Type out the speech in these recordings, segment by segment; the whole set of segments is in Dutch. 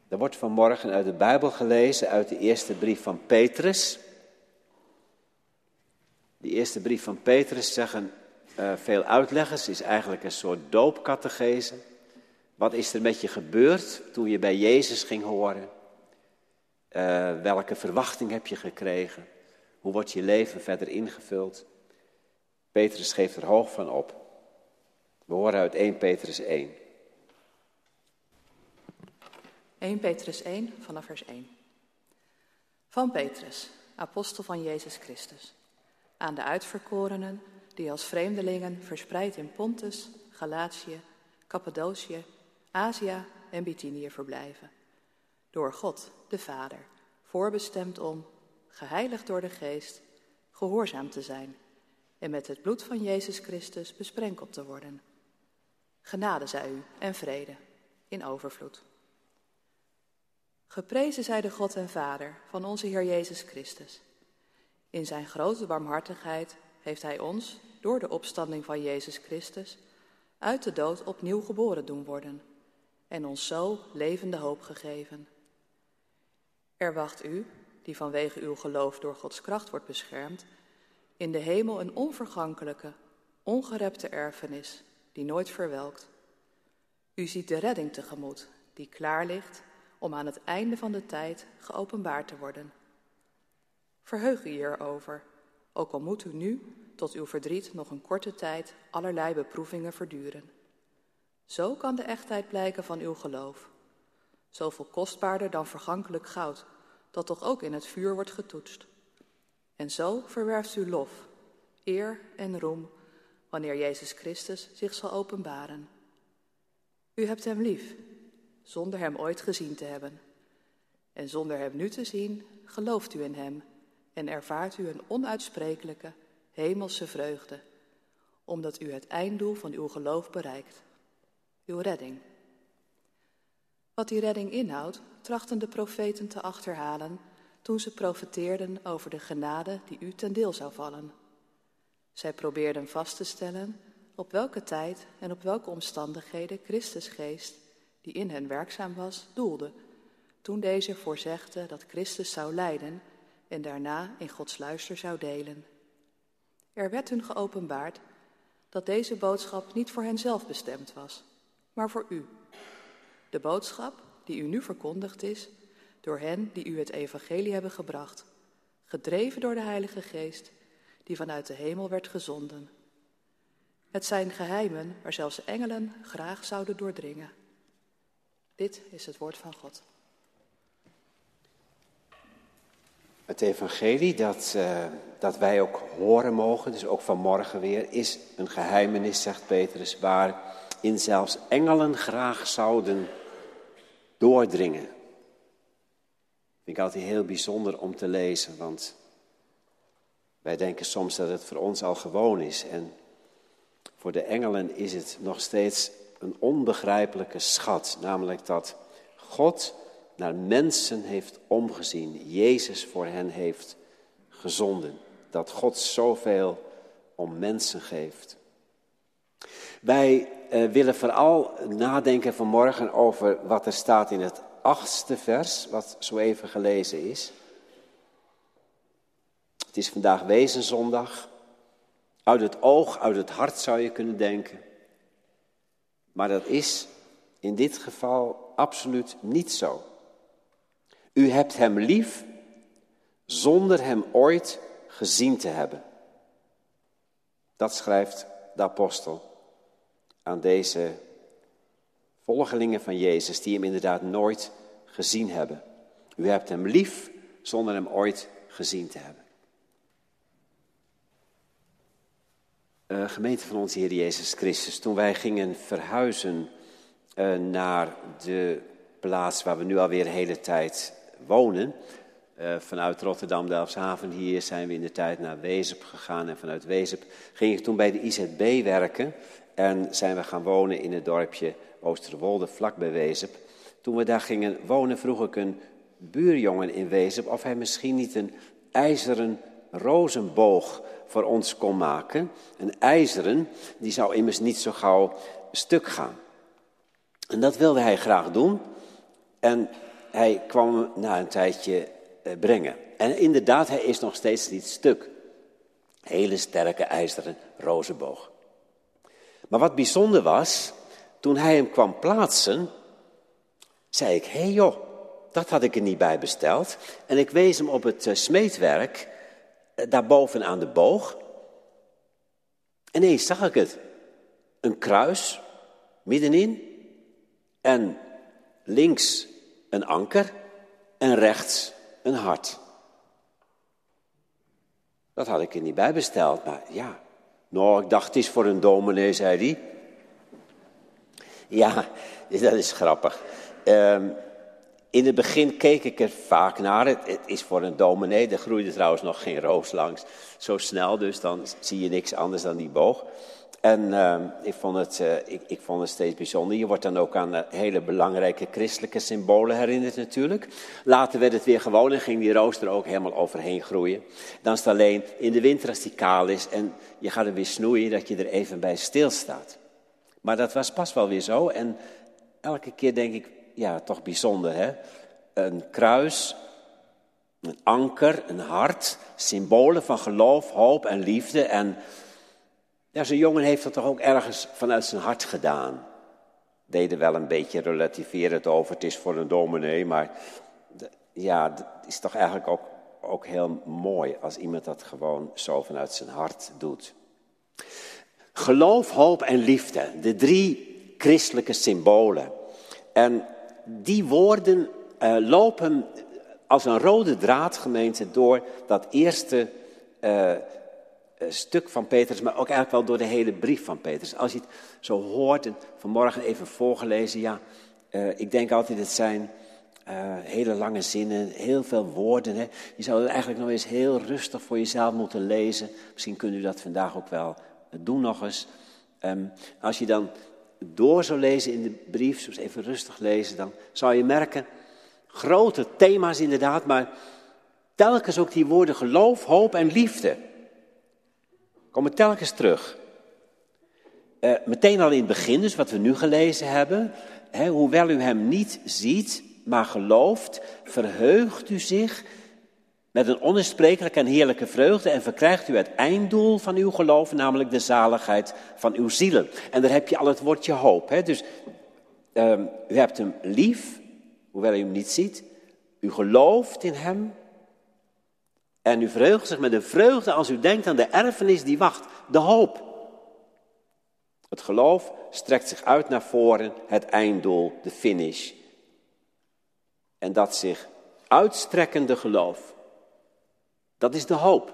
Er wordt vanmorgen uit de Bijbel gelezen, uit de eerste brief van Petrus. Die eerste brief van Petrus, zeggen veel uitleggers, is eigenlijk een soort doopcatechese. Wat is er met je gebeurd toen je bij Jezus ging horen? Welke verwachting heb je gekregen? Hoe wordt je leven verder ingevuld? Petrus geeft er hoog van op. We horen uit 1 Petrus 1. 1 Petrus 1 vanaf vers 1. Van Petrus, apostel van Jezus Christus, aan de uitverkorenen die als vreemdelingen verspreid in Pontus, Galatië, Cappadocië, Azië en Bithynië verblijven. Door God, de Vader, voorbestemd om, geheiligd door de Geest, gehoorzaam te zijn en met het bloed van Jezus Christus besprenkeld te worden. Genade zij u en vrede in overvloed. Geprezen zij de God en Vader van onze Heer Jezus Christus. In zijn grote barmhartigheid heeft hij ons, door de opstanding van Jezus Christus, uit de dood opnieuw geboren doen worden en ons zo levende hoop gegeven. Er wacht u, die vanwege uw geloof door Gods kracht wordt beschermd, in de hemel een onvergankelijke, ongerepte erfenis die nooit verwelkt. U ziet de redding tegemoet, die klaar ligt om aan het einde van de tijd geopenbaard te worden. Verheug u hierover, ook al moet u nu tot uw verdriet nog een korte tijd allerlei beproevingen verduren. Zo kan de echtheid blijken van uw geloof. Zoveel kostbaarder dan vergankelijk goud, dat toch ook in het vuur wordt getoetst. En zo verwerft u lof, eer en roem, wanneer Jezus Christus zich zal openbaren. U hebt hem lief, zonder hem ooit gezien te hebben. En zonder hem nu te zien, gelooft u in hem en ervaart u een onuitsprekelijke, hemelse vreugde, omdat u het einddoel van uw geloof bereikt, uw redding. Wat die redding inhoudt, trachten de profeten te achterhalen toen ze profeteerden over de genade die u ten deel zou vallen. Zij probeerden vast te stellen op welke tijd en op welke omstandigheden Christus geest, die in hen werkzaam was, doelde, toen deze voorzegde dat Christus zou lijden en daarna in Gods luister zou delen. Er werd hun geopenbaard dat deze boodschap niet voor henzelf bestemd was, maar voor u. De boodschap die u nu verkondigd is, door hen die u het evangelie hebben gebracht, gedreven door de Heilige Geest, die vanuit de hemel werd gezonden. Het zijn geheimen waar zelfs engelen graag zouden doordringen. Dit is het woord van God. Het evangelie dat wij ook horen mogen, dus ook vanmorgen weer, is een geheimenis, zegt Petrus, waarin zelfs engelen graag zouden doordringen. Vind ik altijd heel bijzonder om te lezen, want wij denken soms dat het voor ons al gewoon is. En voor de engelen is het nog steeds een onbegrijpelijke schat, namelijk dat God naar mensen heeft omgezien, Jezus voor hen heeft gezonden. Dat God zoveel om mensen geeft. Wij willen vooral nadenken vanmorgen over wat er staat in het 8e vers, wat zo even gelezen is. Het is vandaag Wezenzondag. Uit het oog, uit het hart zou je kunnen denken. Maar dat is in dit geval absoluut niet zo. U hebt hem lief, zonder hem ooit gezien te hebben. Dat schrijft de apostel aan deze volgelingen van Jezus, die hem inderdaad nooit gezien hebben. U hebt hem lief, zonder hem ooit gezien te hebben. Gemeente van onze Heer Jezus Christus, toen wij gingen verhuizen naar de plaats waar we nu alweer de hele tijd wonen. Vanuit Rotterdam, Delfshaven, hier zijn we in de tijd naar Wezep gegaan. En vanuit Wezep ging ik toen bij de IZB werken. En zijn we gaan wonen in het dorpje Oosterwolde, vlak bij Wezep. Toen we daar gingen wonen, vroeg ik een buurjongen in Wezep of hij misschien niet een ijzeren rozenboog voor ons kon maken. Een ijzeren, die zou immers niet zo gauw stuk gaan. En dat wilde hij graag doen. En hij kwam hem na een tijdje brengen. En inderdaad, hij is nog steeds niet stuk. Hele sterke ijzeren rozenboog. Maar wat bijzonder was, toen hij hem kwam plaatsen, zei ik, hé joh, dat had ik er niet bij besteld. En ik wees hem op het smeedwerk, daarboven aan de boog. En ineens zag ik het. Een kruis, middenin. En links een anker. En rechts een hart. Dat had ik er niet bij besteld, maar ja. Nou, ik dacht, het is voor een dominee, zei hij. Ja, dat is grappig. In het begin keek ik er vaak naar. Het is voor een dominee. Er groeide trouwens nog geen roos langs. Zo snel, dus dan zie je niks anders dan die boog. En ik vond het steeds bijzonder. Je wordt dan ook aan hele belangrijke christelijke symbolen herinnerd natuurlijk. Later werd het weer gewoon en ging die roos er ook helemaal overheen groeien. Dan is het alleen in de winter als die kaal is en je gaat er weer snoeien dat je er even bij stilstaat. Maar dat was pas wel weer zo en elke keer denk ik, ja, toch bijzonder hè. Een kruis, een anker, een hart, symbolen van geloof, hoop en liefde. En ja, zo'n jongen heeft dat toch ook ergens vanuit zijn hart gedaan. Deed er wel een beetje relativerend over, het is voor een dominee, maar ja, het is toch eigenlijk ook heel mooi als iemand dat gewoon zo vanuit zijn hart doet. Geloof, hoop en liefde, de 3 christelijke symbolen. En die woorden lopen als een rode draad, gemeente, door dat eerste stuk van Petrus, maar ook eigenlijk wel door de hele brief van Petrus. Als je het zo hoort, en vanmorgen even voorgelezen, ja, ik denk altijd het zijn hele lange zinnen, heel veel woorden. Hè. Je zou het eigenlijk nog eens heel rustig voor jezelf moeten lezen. Misschien kunt u dat vandaag ook wel doen nog eens. Als je dan door zou lezen in de brief, zoals even rustig lezen, dan zou je merken, grote thema's inderdaad, maar telkens ook die woorden geloof, hoop en liefde. Komen telkens terug. Meteen al in het begin, dus wat we nu gelezen hebben. Hoewel u hem niet ziet, maar gelooft, verheugt u zich met een onuitsprekelijke en heerlijke vreugde en verkrijgt u het einddoel van uw geloof, namelijk de zaligheid van uw zielen. En daar heb je al het woordje hoop. Hè? Dus u hebt hem lief, hoewel u hem niet ziet. U gelooft in hem. En u verheugt zich met een vreugde als u denkt aan de erfenis die wacht, de hoop. Het geloof strekt zich uit naar voren, het einddoel, de finish. En dat zich uitstrekkende geloof, dat is de hoop.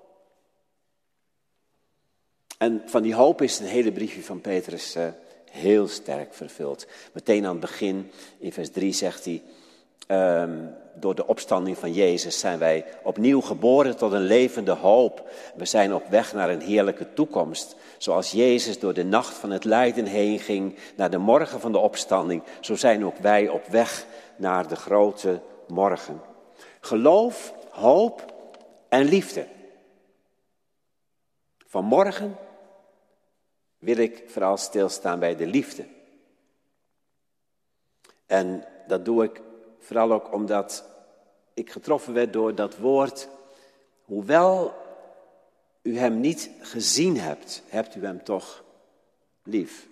En van die hoop is een hele briefje van Petrus heel sterk vervuld. Meteen aan het begin, in vers 3 zegt hij, door de opstanding van Jezus zijn wij opnieuw geboren tot een levende hoop. We zijn op weg naar een heerlijke toekomst. Zoals Jezus door de nacht van het lijden heen ging naar de morgen van de opstanding, zo zijn ook wij op weg naar de grote morgen. Geloof, hoop en liefde. Vanmorgen wil ik vooral stilstaan bij de liefde. En dat doe ik vooral ook omdat ik getroffen werd door dat woord. Hoewel u hem niet gezien hebt, hebt u hem toch lief.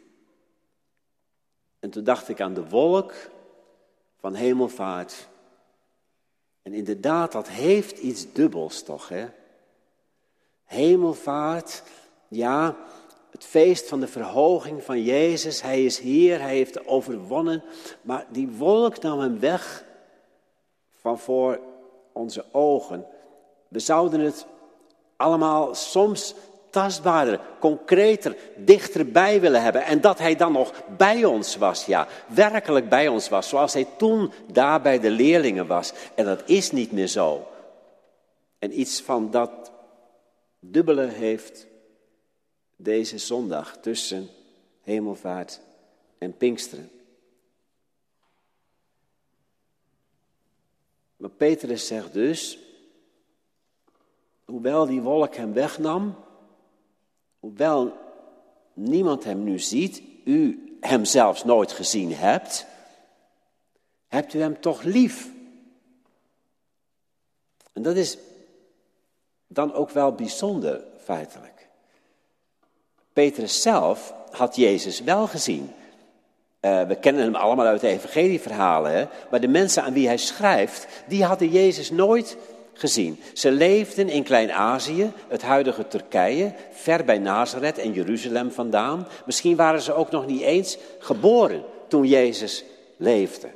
En toen dacht ik aan de wolk van hemelvaart. En inderdaad, dat heeft iets dubbels toch, hè? Hemelvaart, ja, het feest van de verhoging van Jezus. Hij is hier, hij heeft overwonnen. Maar die wolk nam hem weg van voor onze ogen. We zouden het allemaal soms tastbaarder, concreter, dichterbij willen hebben. En dat hij dan nog bij ons was, ja, werkelijk bij ons was. Zoals hij toen daar bij de leerlingen was. En dat is niet meer zo. En iets van dat dubbele heeft deze zondag tussen hemelvaart en Pinksteren. Maar Petrus zegt dus, hoewel die wolk hem wegnam, hoewel niemand hem nu ziet, u hem zelfs nooit gezien hebt, Hebt u hem toch lief? En dat is dan ook wel bijzonder, feitelijk. Petrus zelf had Jezus wel gezien. We kennen hem allemaal uit de evangelieverhalen, hè? Maar de mensen aan wie hij schrijft, die hadden Jezus nooit gezien. Ze leefden in Klein-Azië, het huidige Turkije, ver bij Nazareth en Jeruzalem vandaan. Misschien waren ze ook nog niet eens geboren toen Jezus leefde.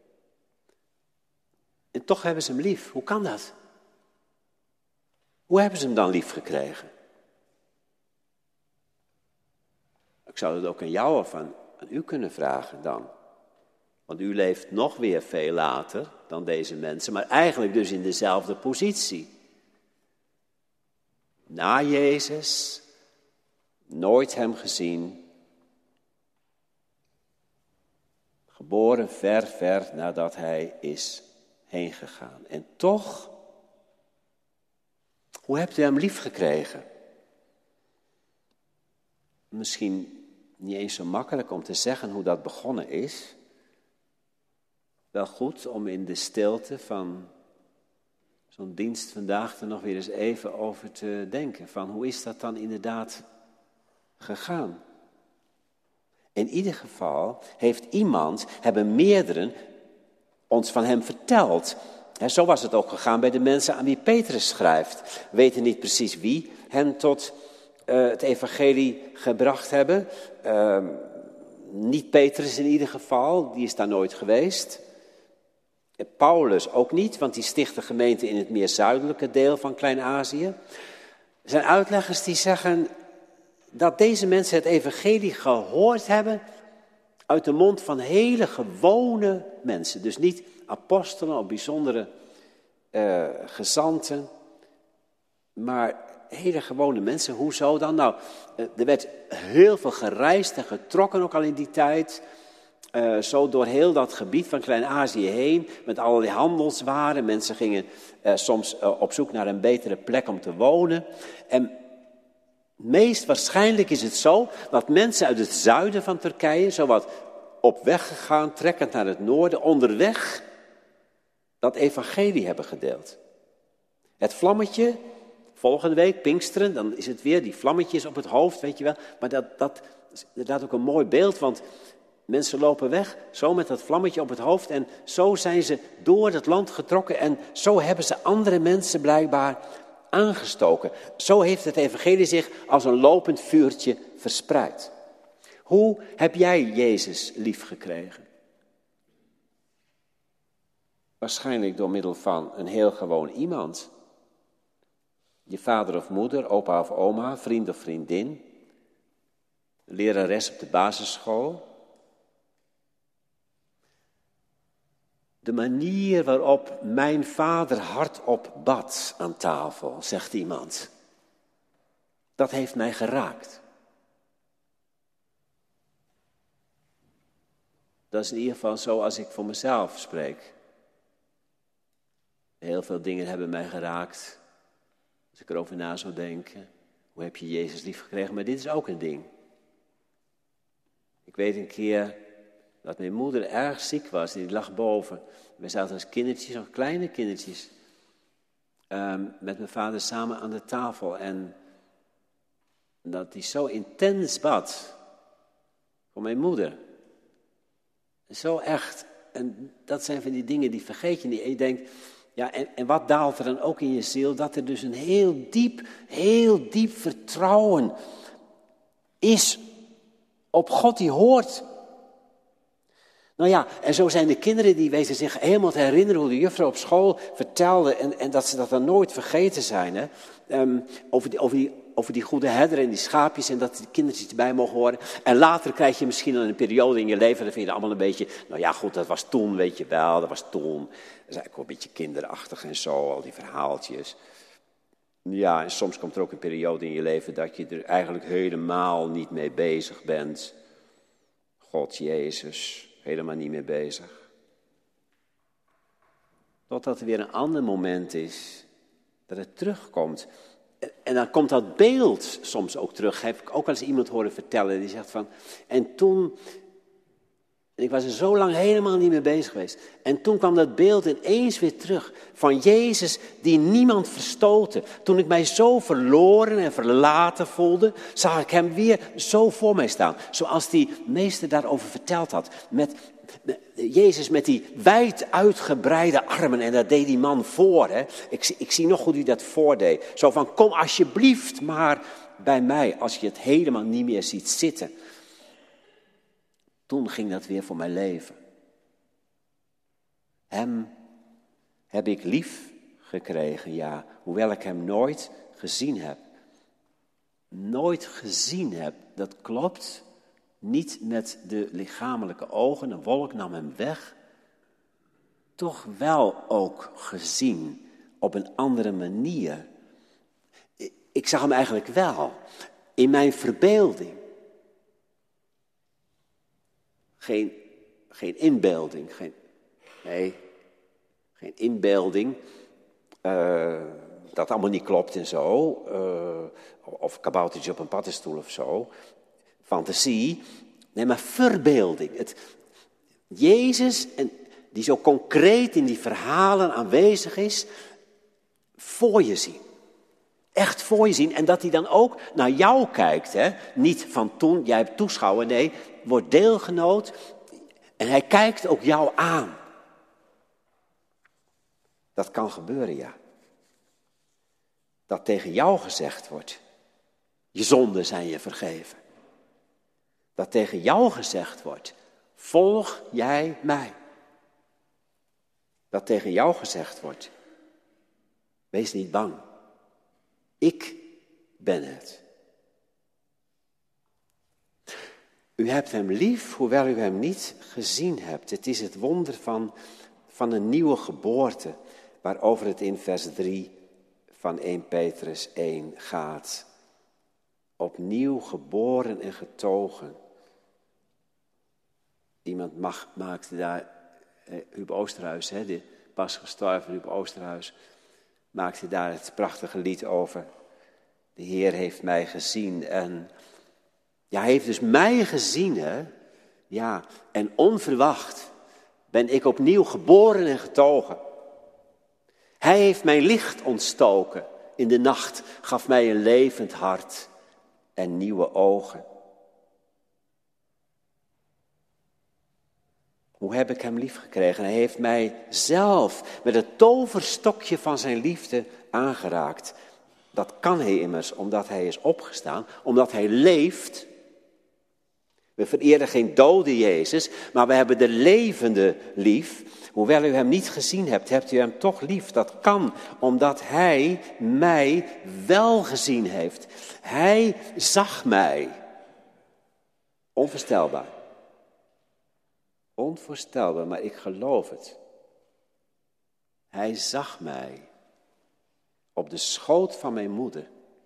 En toch hebben ze hem lief. Hoe kan dat? Hoe hebben ze hem dan lief gekregen? Ik zou het ook aan jou of aan u kunnen vragen dan. Want u leeft nog weer veel later dan deze mensen, maar eigenlijk dus in dezelfde positie. Na Jezus, nooit hem gezien. Geboren ver nadat hij is heen gegaan. En toch, hoe hebt u hem lief gekregen? Misschien niet eens zo makkelijk om te zeggen hoe dat begonnen is. Wel goed om in de stilte van zo'n dienst vandaag er nog weer eens even over te denken. Van hoe is dat dan inderdaad gegaan? In ieder geval hebben meerderen ons van hem verteld. Zo was het ook gegaan bij de mensen aan wie Petrus schrijft. We weten niet precies wie hen tot het evangelie gebracht hebben. Niet Petrus in ieder geval, die is daar nooit geweest. Paulus ook niet, want die sticht de gemeente in het meer zuidelijke deel van Klein-Azië. Er zijn uitleggers die zeggen dat deze mensen het evangelie gehoord hebben uit de mond van hele gewone mensen. Dus niet apostelen of bijzondere gezanten, maar hele gewone mensen. Hoezo dan? Nou, er werd heel veel gereisd en getrokken ook al in die tijd. Zo door heel dat gebied van Klein-Azië heen, met allerlei handelswaren. Mensen gingen soms op zoek naar een betere plek om te wonen. En meest waarschijnlijk is het zo dat mensen uit het zuiden van Turkije, zowat op weg gegaan, trekkend naar het noorden, onderweg dat evangelie hebben gedeeld. Het vlammetje, volgende week, Pinksteren, dan is het weer die vlammetjes op het hoofd, weet je wel. Maar dat is inderdaad ook een mooi beeld, want mensen lopen weg, zo met dat vlammetje op het hoofd. En zo zijn ze door het land getrokken en zo hebben ze andere mensen blijkbaar aangestoken. Zo heeft het evangelie zich als een lopend vuurtje verspreid. Hoe heb jij Jezus lief gekregen? Waarschijnlijk door middel van een heel gewoon iemand. Je vader of moeder, opa of oma, vriend of vriendin. Lerares op de basisschool. De manier waarop mijn vader hardop bad aan tafel, zegt iemand. Dat heeft mij geraakt. Dat is in ieder geval zo als ik voor mezelf spreek. Heel veel dingen hebben mij geraakt. Als ik erover na zou denken. Hoe heb je Jezus lief gekregen? Maar dit is ook een ding. Ik weet een keer dat mijn moeder erg ziek was. Die lag boven. We zaten als kindertjes, nog kleine kindertjes. Met mijn vader samen aan de tafel. En dat hij zo intens bad. Voor mijn moeder. Zo echt. En dat zijn van die dingen die vergeet je niet. En je denkt, ja, en wat daalt er dan ook in je ziel? Dat er dus een heel diep vertrouwen is op God die hoort. Nou ja, en zo zijn de kinderen die weten zich helemaal te herinneren hoe de juffrouw op school vertelde en dat ze dat dan nooit vergeten zijn. Hè? Over die goede herder en die schaapjes en dat die kindertjes erbij mogen horen. En later krijg je misschien dan een periode in je leven, dan vind je allemaal een beetje, nou ja goed, dat was toen, weet je wel, dat was toen. Dat is eigenlijk wel een beetje kinderachtig en zo, al die verhaaltjes. Ja, en soms komt er ook een periode in je leven dat je er eigenlijk helemaal niet mee bezig bent. God, Jezus, helemaal niet mee bezig. Totdat er weer een ander moment is, dat het terugkomt. En dan komt dat beeld soms ook terug. Heb ik ook wel eens iemand horen vertellen die zegt van, en toen En ik was er zo lang helemaal niet mee bezig geweest. En toen kwam dat beeld ineens weer terug. Van Jezus die niemand verstoten. Toen ik mij zo verloren en verlaten voelde, zag ik hem weer zo voor mij staan. Zoals die meester daarover verteld had. Met Jezus met die wijd uitgebreide armen. En dat deed die man voor. Hè. Ik zie nog hoe hij dat voordeed. Zo van, kom alsjeblieft maar bij mij. Als je het helemaal niet meer ziet zitten. Toen ging dat weer voor mijn leven. Hem heb ik lief gekregen, ja. Hoewel ik hem nooit gezien heb. Nooit gezien heb, dat klopt. Niet met de lichamelijke ogen, een wolk nam hem weg. Toch wel ook gezien op een andere manier. Ik zag hem eigenlijk wel in mijn verbeelding. Geen inbeelding, geen inbeelding, dat allemaal niet klopt en zo, of kaboutertje op een paddenstoel of zo, fantasie, nee, maar verbeelding. Jezus, die zo concreet in die verhalen aanwezig is, voor je zien. Echt voor je zien en dat hij dan ook naar jou kijkt, hè? Niet van toen, jij hebt toeschouwer, nee, wordt deelgenoot en hij kijkt ook jou aan. Dat kan gebeuren, ja. Dat tegen jou gezegd wordt, je zonden zijn je vergeven. Dat tegen jou gezegd wordt, volg jij mij. Dat tegen jou gezegd wordt, wees niet bang. Ik ben het. U hebt hem lief, hoewel u hem niet gezien hebt. Het is het wonder van een nieuwe geboorte, waarover het in vers 3 van 1 Petrus 1 gaat. Opnieuw geboren en getogen. Iemand maakte daar, Huub Oosterhuis, de pas gestorven Huub Oosterhuis, maakte daar het prachtige lied over. De Heer heeft mij gezien en ja, hij heeft dus mij gezien, hè. Ja, en onverwacht ben ik opnieuw geboren en getogen. Hij heeft mijn licht ontstoken in de nacht, gaf mij een levend hart en nieuwe ogen. Hoe heb ik hem lief gekregen? Hij heeft mij zelf met het toverstokje van zijn liefde aangeraakt. Dat kan hij immers omdat hij is opgestaan, omdat hij leeft. We vereren geen dode Jezus, maar we hebben de levende lief. Hoewel u hem niet gezien hebt, hebt u hem toch lief. Dat kan omdat hij mij wel gezien heeft. Hij zag mij. Onvoorstelbaar. Onvoorstelbaar, maar ik geloof het. Hij zag mij op de schoot van mijn moeder.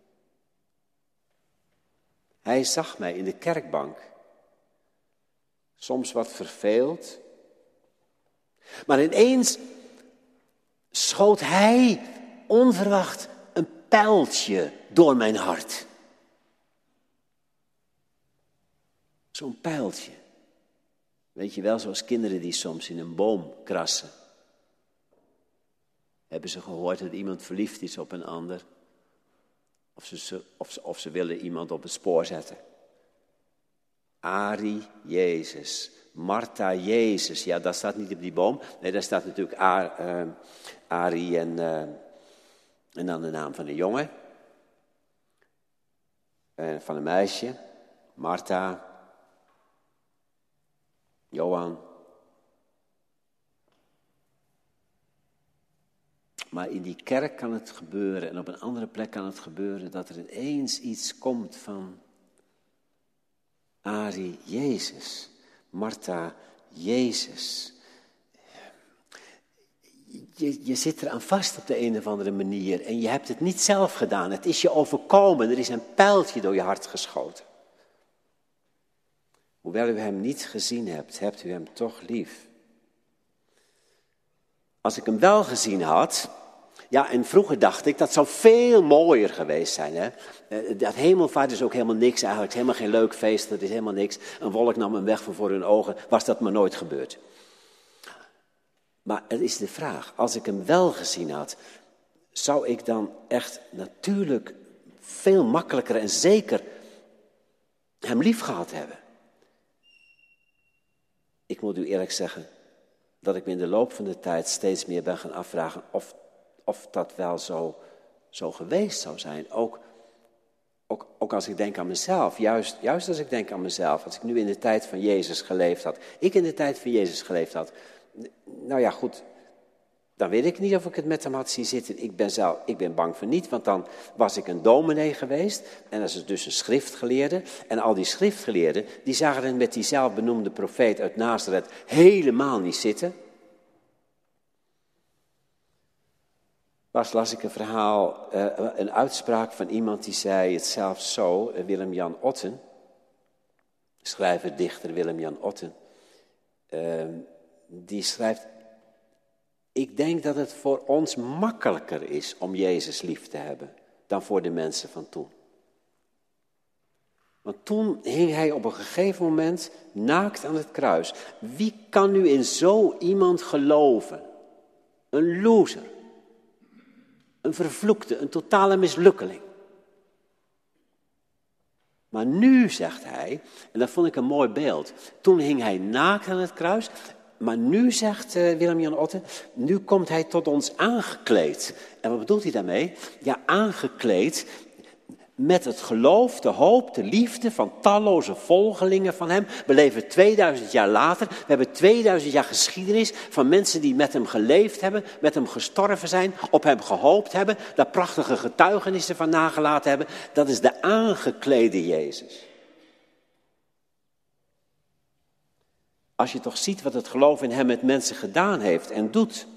Hij zag mij in de kerkbank. Soms wat verveeld. Maar ineens schoot hij onverwacht een pijltje door mijn hart. Zo'n pijltje. Weet je wel, zoals kinderen die soms in een boom krassen. Hebben ze gehoord dat iemand verliefd is op een ander? Of ze willen iemand op het spoor zetten. Arie, Jezus. Martha, Jezus. Ja, dat staat niet op die boom. Nee, daar staat natuurlijk Arie en dan de naam van de jongen. Van een meisje. Martha. Johan. Maar in die kerk kan het gebeuren en op een andere plek kan het gebeuren dat er ineens iets komt van Arie, Jezus, Martha, Jezus. Je zit eraan vast op de een of andere manier en je hebt het niet zelf gedaan. Het is je overkomen, er is een pijltje door je hart geschoten. Hoewel u hem niet gezien hebt, hebt u hem toch lief. Als ik hem wel gezien had, Ja, en vroeger dacht ik, dat zou veel mooier geweest zijn. Hè? Dat hemelvaart is ook helemaal niks eigenlijk. Het is helemaal geen leuk feest, dat is helemaal niks. Een wolk nam hem weg van voor hun ogen, was dat maar nooit gebeurd. Maar het is de vraag, als ik hem wel gezien had, zou ik dan echt natuurlijk veel makkelijker en zeker hem lief gehad hebben? Ik moet u eerlijk zeggen dat ik me in de loop van de tijd steeds meer ben gaan afvragen of dat wel zo geweest zou zijn. Ook als ik denk aan mezelf, juist als ik denk aan mezelf, als ik nu in de tijd van Jezus geleefd had, nou ja goed, dan weet ik niet of ik het met hem had zien zitten. Ik ben bang voor niet, want dan was ik een dominee geweest en dat is dus een schriftgeleerde. En al die schriftgeleerden, die zagen het met die zelfbenoemde profeet uit Nazareth helemaal niet zitten. Pas las ik een verhaal, een uitspraak van iemand die zei het zelf zo, Willem-Jan Otten, schrijver, dichter Willem-Jan Otten, die schrijft: ik denk dat het voor ons makkelijker is om Jezus lief te hebben dan voor de mensen van toen. Want toen hing hij op een gegeven moment naakt aan het kruis. Wie kan nu in zo iemand geloven? Een loser. Een vervloekte, een totale mislukkeling. Maar nu, zegt hij, en dat vond ik een mooi beeld. Toen hing hij naakt aan het kruis. Maar nu, zegt Willem-Jan Otten, nu komt hij tot ons aangekleed. En wat bedoelt hij daarmee? Ja, aangekleed met het geloof, de hoop, de liefde van talloze volgelingen van hem. We leven 2000 jaar later. We hebben 2000 jaar geschiedenis van mensen die met hem geleefd hebben, met hem gestorven zijn, op hem gehoopt hebben, daar prachtige getuigenissen van nagelaten hebben. Dat is de aangeklede Jezus. Als je toch ziet wat het geloof in hem met mensen gedaan heeft en doet.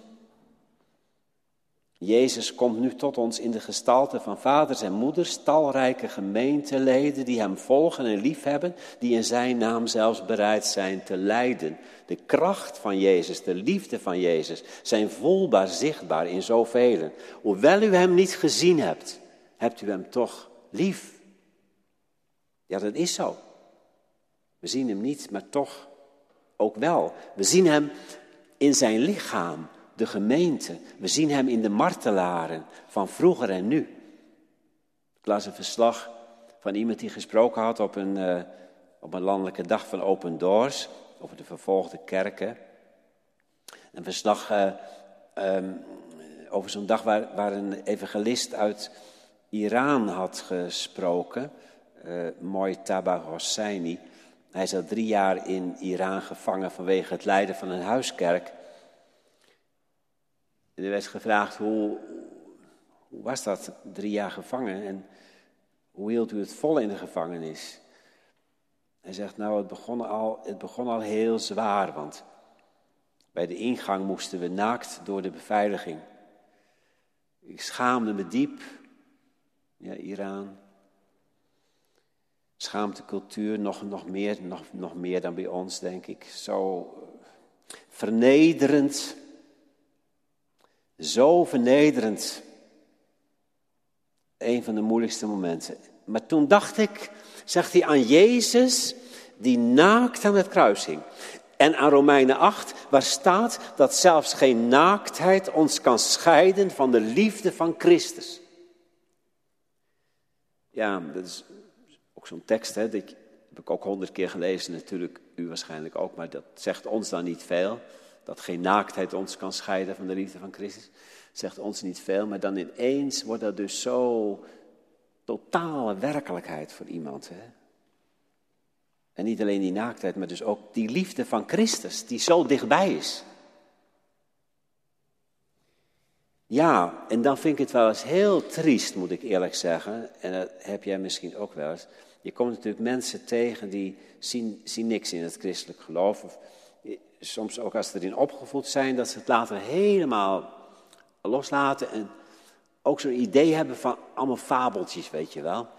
Jezus komt nu tot ons in de gestalte van vaders en moeders, talrijke gemeenteleden die hem volgen en liefhebben, die in zijn naam zelfs bereid zijn te lijden. De kracht van Jezus, de liefde van Jezus zijn voelbaar zichtbaar in zoveel. Hoewel u hem niet gezien hebt, hebt u hem toch lief. Ja, dat is zo. We zien hem niet, maar toch ook wel. We zien hem in zijn lichaam, de gemeente. We zien hem in de martelaren van vroeger en nu. Ik las een verslag van iemand die gesproken had op een landelijke dag van Open Doors, over de vervolgde kerken. Een verslag over zo'n dag waar een evangelist uit Iran had gesproken, Mojtaba Hosseini. Hij zat 3 jaar in Iran gevangen vanwege het leiden van een huiskerk. En er werd gevraagd, hoe was dat, 3 jaar gevangen? En hoe hield u het vol in de gevangenis? Hij zegt, nou, het begon al heel zwaar, want bij de ingang moesten we naakt door de beveiliging. Ik schaamde me diep. Ja, Iran. Schaamtecultuur, nog meer dan bij ons, denk ik. Zo vernederend. Zo vernederend. Een van de moeilijkste momenten. Maar toen dacht ik, zegt hij, aan Jezus die naakt aan het kruis hing. En aan Romeinen 8, waar staat dat zelfs geen naaktheid ons kan scheiden van de liefde van Christus. Ja, dat is ook zo'n tekst, hè, die heb ik ook 100 keer gelezen, natuurlijk u waarschijnlijk ook, maar dat zegt ons dan niet veel. Dat geen naaktheid ons kan scheiden van de liefde van Christus. Zegt ons niet veel, maar dan ineens wordt dat dus zo totale werkelijkheid voor iemand. Hè? En niet alleen die naaktheid, maar dus ook die liefde van Christus, die zo dichtbij is. Ja, en dan vind ik het wel eens heel triest, moet ik eerlijk zeggen. En dat heb jij misschien ook wel eens. Je komt natuurlijk mensen tegen die zien niks in het christelijk geloof. Of soms ook als ze erin opgevoed zijn, dat ze het later helemaal loslaten. En ook zo'n idee hebben van allemaal fabeltjes, weet je wel.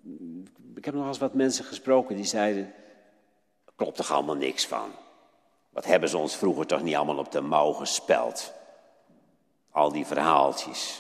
Ik heb nog eens wat mensen gesproken die zeiden, er klopt toch allemaal niks van. Wat hebben ze ons vroeger toch niet allemaal op de mouw gespeld? Al die verhaaltjes.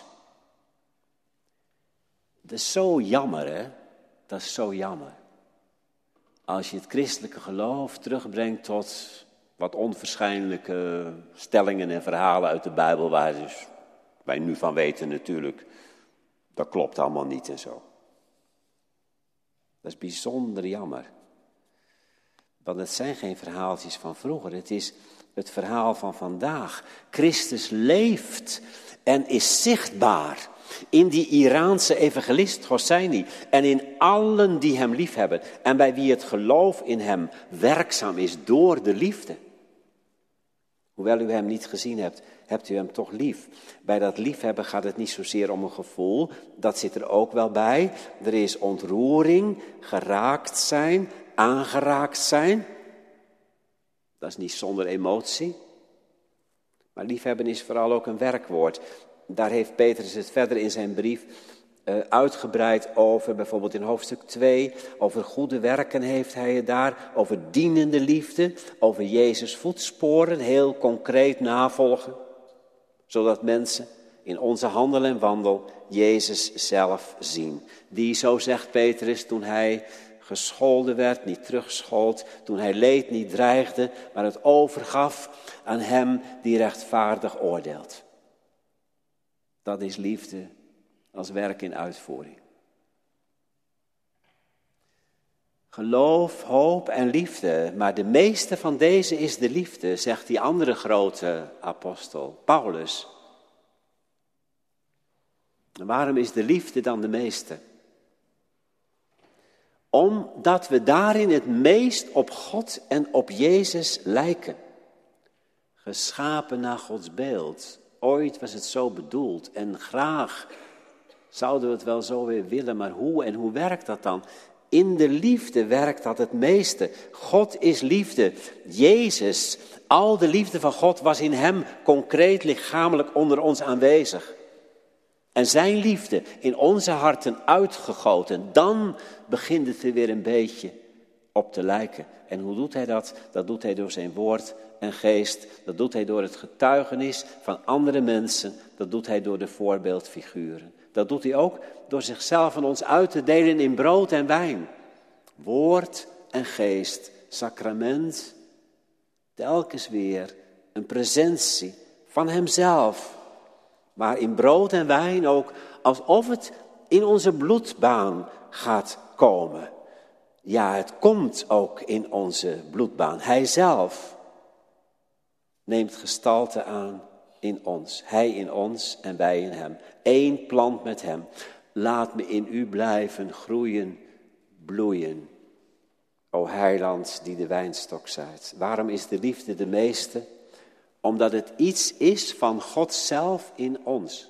Dat is zo jammer, hè? Dat is zo jammer. Als je het christelijke geloof terugbrengt tot wat onwaarschijnlijke stellingen en verhalen uit de Bijbel, waar dus wij nu van weten natuurlijk, dat klopt allemaal niet en zo. Dat is bijzonder jammer. Want het zijn geen verhaaltjes van vroeger, het is het verhaal van vandaag. Christus leeft en is zichtbaar in die Iraanse evangelist Hosseini en in allen die hem liefhebben en bij wie het geloof in hem werkzaam is door de liefde. Hoewel u hem niet gezien hebt, hebt u hem toch lief. Bij dat liefhebben gaat het niet zozeer om een gevoel, dat zit er ook wel bij. Er is ontroering, geraakt zijn, aangeraakt zijn. Dat is niet zonder emotie. Maar liefhebben is vooral ook een werkwoord. Daar heeft Petrus het verder in zijn brief uitgebreid over. Bijvoorbeeld in hoofdstuk 2. Over goede werken heeft hij het daar. Over dienende liefde. Over Jezus' voetsporen. Heel concreet navolgen. Zodat mensen in onze handel en wandel Jezus zelf zien. Die, zo zegt Petrus, toen hij gescholden werd, niet terugschold. Toen hij leed, niet dreigde, maar het overgaf aan hem die rechtvaardig oordeelt. Dat is liefde als werk in uitvoering. Geloof, hoop en liefde, maar de meeste van deze is de liefde, zegt die andere grote apostel, Paulus. En waarom is de liefde dan de meeste? Omdat we daarin het meest op God en op Jezus lijken. Geschapen naar Gods beeld. Ooit was het zo bedoeld en graag zouden we het wel zo weer willen, maar hoe en hoe werkt dat dan? In de liefde werkt dat het meeste. God is liefde. Jezus, al de liefde van God was in hem concreet lichamelijk onder ons aanwezig. En zijn liefde in onze harten uitgegoten. Dan begint het er weer een beetje op te lijken. En hoe doet hij dat? Dat doet hij door zijn woord en geest. Dat doet hij door het getuigenis van andere mensen. Dat doet hij door de voorbeeldfiguren. Dat doet hij ook door zichzelf aan ons uit te delen in brood en wijn. Woord en geest, sacrament, telkens weer een presentie van hemzelf. Maar in brood en wijn ook alsof het in onze bloedbaan gaat komen. Ja, het komt ook in onze bloedbaan. Hij zelf neemt gestalte aan in ons. Hij in ons en wij in hem. Eén plant met hem. Laat me in u blijven groeien, bloeien. O heiland die de wijnstok zaait. Waarom is de liefde de meeste? Omdat het iets is van God zelf in ons.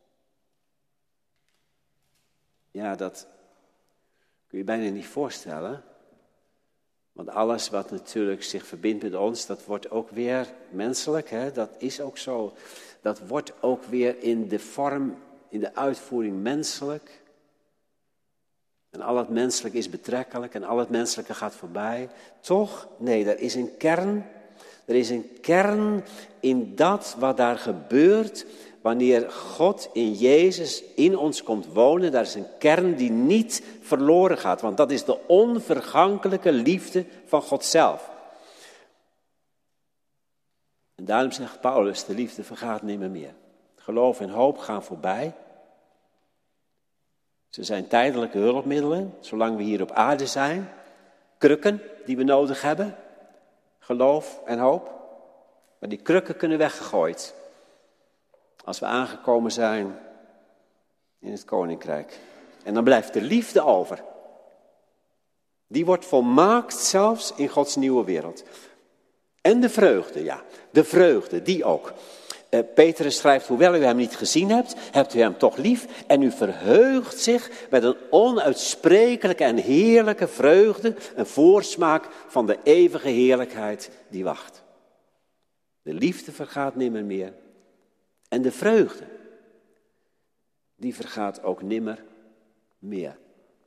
Ja, dat kun je bijna niet voorstellen. Want alles wat natuurlijk zich verbindt met ons, dat wordt ook weer menselijk. Hè? Dat is ook zo. Dat wordt ook weer in de vorm, in de uitvoering menselijk. En al het menselijk is betrekkelijk en al het menselijke gaat voorbij. Toch? Nee, er is een kern. Er is een kern in dat wat daar gebeurt wanneer God in Jezus in ons komt wonen. Daar is een kern die niet verloren gaat, want dat is de onvergankelijke liefde van God zelf. En daarom zegt Paulus, de liefde vergaat nimmer meer. Geloof en hoop gaan voorbij. Ze zijn tijdelijke hulpmiddelen, zolang we hier op aarde zijn. Krukken die we nodig hebben. Geloof en hoop. Maar die krukken kunnen weggegooid. Als we aangekomen zijn in het koninkrijk. En dan blijft de liefde over. Die wordt volmaakt zelfs in Gods nieuwe wereld. En de vreugde, ja. De vreugde, die ook. Petrus schrijft, hoewel u hem niet gezien hebt, hebt u hem toch lief. En u verheugt zich met een onuitsprekelijke en heerlijke vreugde. Een voorsmaak van de eeuwige heerlijkheid die wacht. De liefde vergaat nimmer meer. En de vreugde, die vergaat ook nimmer meer.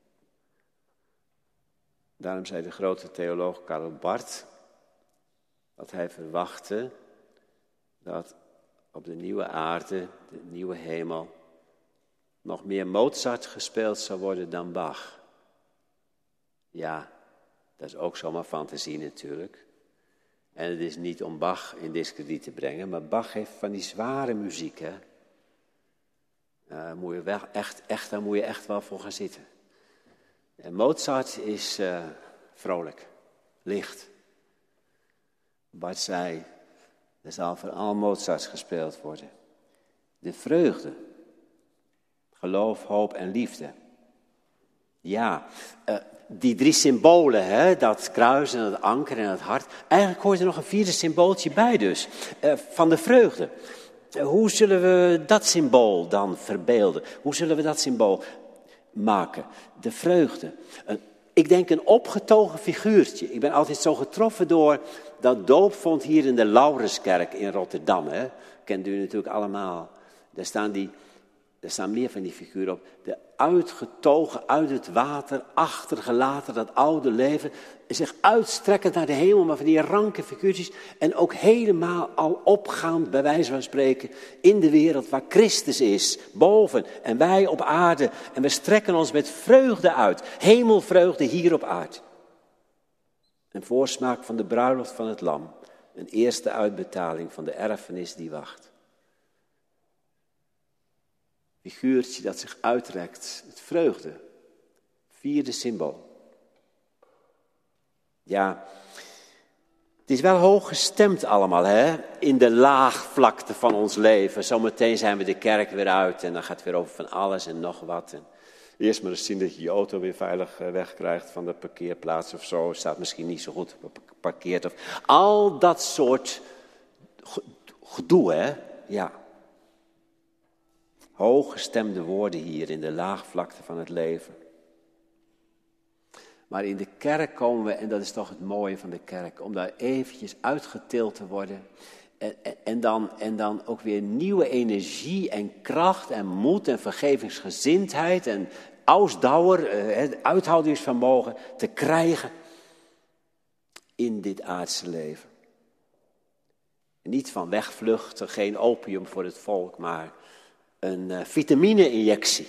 Daarom zei de grote theoloog Karl Barth, Wat hij verwachtte, dat op de nieuwe aarde, de nieuwe hemel, nog meer Mozart gespeeld zou worden dan Bach. Ja, dat is ook zomaar fantasie natuurlijk. En het is niet om Bach in diskrediet te brengen, maar Bach heeft van die zware muziek, hè. Daar moet je echt wel voor gaan zitten. En Mozart is vrolijk, licht. Bart zei, er zal voor al Mozarts gespeeld worden. De vreugde, geloof, hoop en liefde. Ja, die 3 symbolen, hè, dat kruis en het anker en het hart. Eigenlijk hoort er nog een 4e symbooltje bij dus, van de vreugde. Hoe zullen we dat symbool dan verbeelden? Hoe zullen we dat symbool maken? De vreugde. Ik denk een opgetogen figuurtje. Ik ben altijd zo getroffen door dat doopvond hier in de Laurenskerk in Rotterdam. Hè. Kent u natuurlijk allemaal. Daar staan meer van die figuren op. De uitgetogen uit het water, achtergelaten, dat oude leven. Zich uitstrekkend naar de hemel, maar van die ranke figuurtjes. En ook helemaal al opgaand, bij wijze van spreken, in de wereld waar Christus is. Boven en wij op aarde. En we strekken ons met vreugde uit. Hemelvreugde hier op aarde. Een voorsmaak van de bruiloft van het lam. Een eerste uitbetaling van de erfenis die wacht. Figuurtje dat zich uitrekt met vreugde. 4e symbool. Ja, het is wel hoog gestemd allemaal, hè? In de laagvlakte van ons leven. Zometeen zijn we de kerk weer uit en dan gaat het weer over van alles en nog wat. En eerst maar eens zien dat je je auto weer veilig wegkrijgt van de parkeerplaats of zo. Staat misschien niet zo goed geparkeerd. Of al dat soort gedoe, hè? Ja. Hooggestemde woorden hier in de laagvlakte van het leven. Maar in de kerk komen we, en dat is toch het mooie van de kerk, om daar eventjes uitgetild te worden. En dan ook weer nieuwe energie en kracht en moed en vergevingsgezindheid en ausdauer, uithoudingsvermogen te krijgen in dit aardse leven. En niet van wegvluchten, geen opium voor het volk, maar een vitamine-injectie.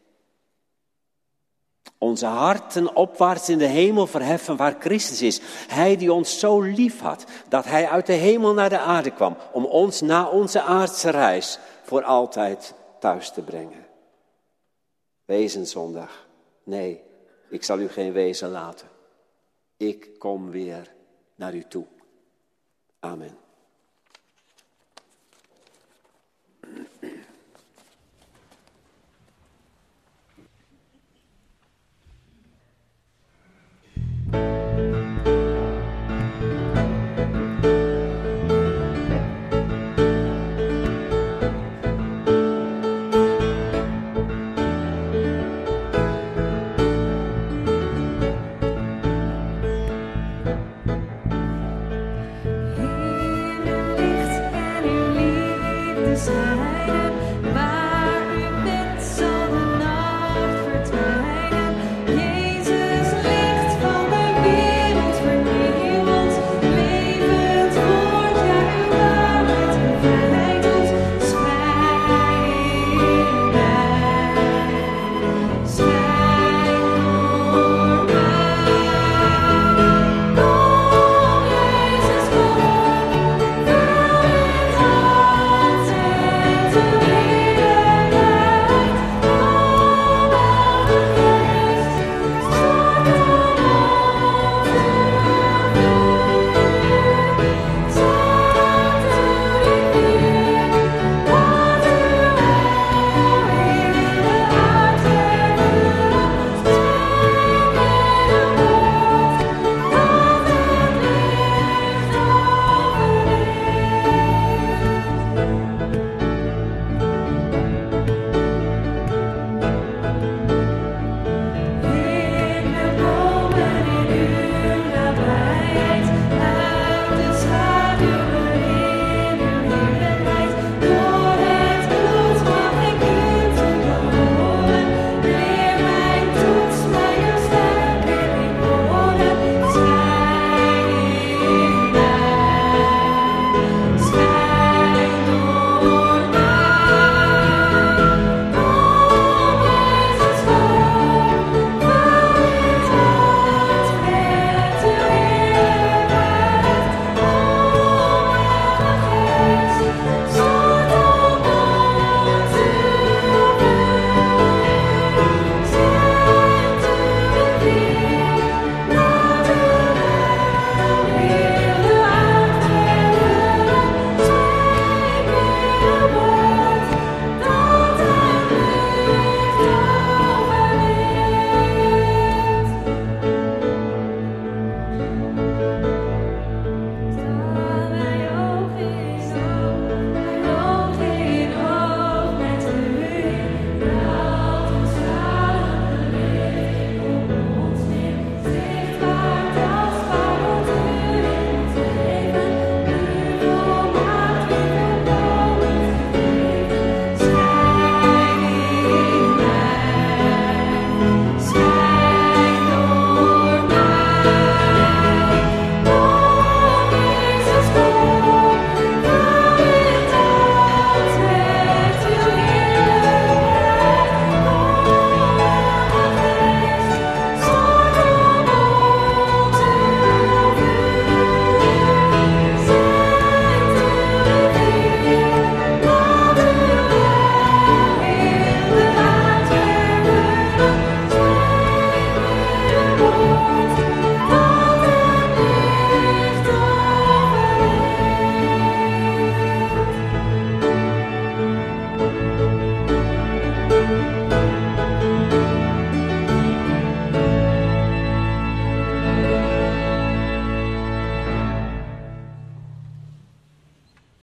Onze harten opwaarts in de hemel verheffen waar Christus is. Hij die ons zo lief had, dat hij uit de hemel naar de aarde kwam, om ons na onze aardse reis voor altijd thuis te brengen. Wezenzondag. Nee, ik zal u geen wezen laten. Ik kom weer naar u toe. Amen.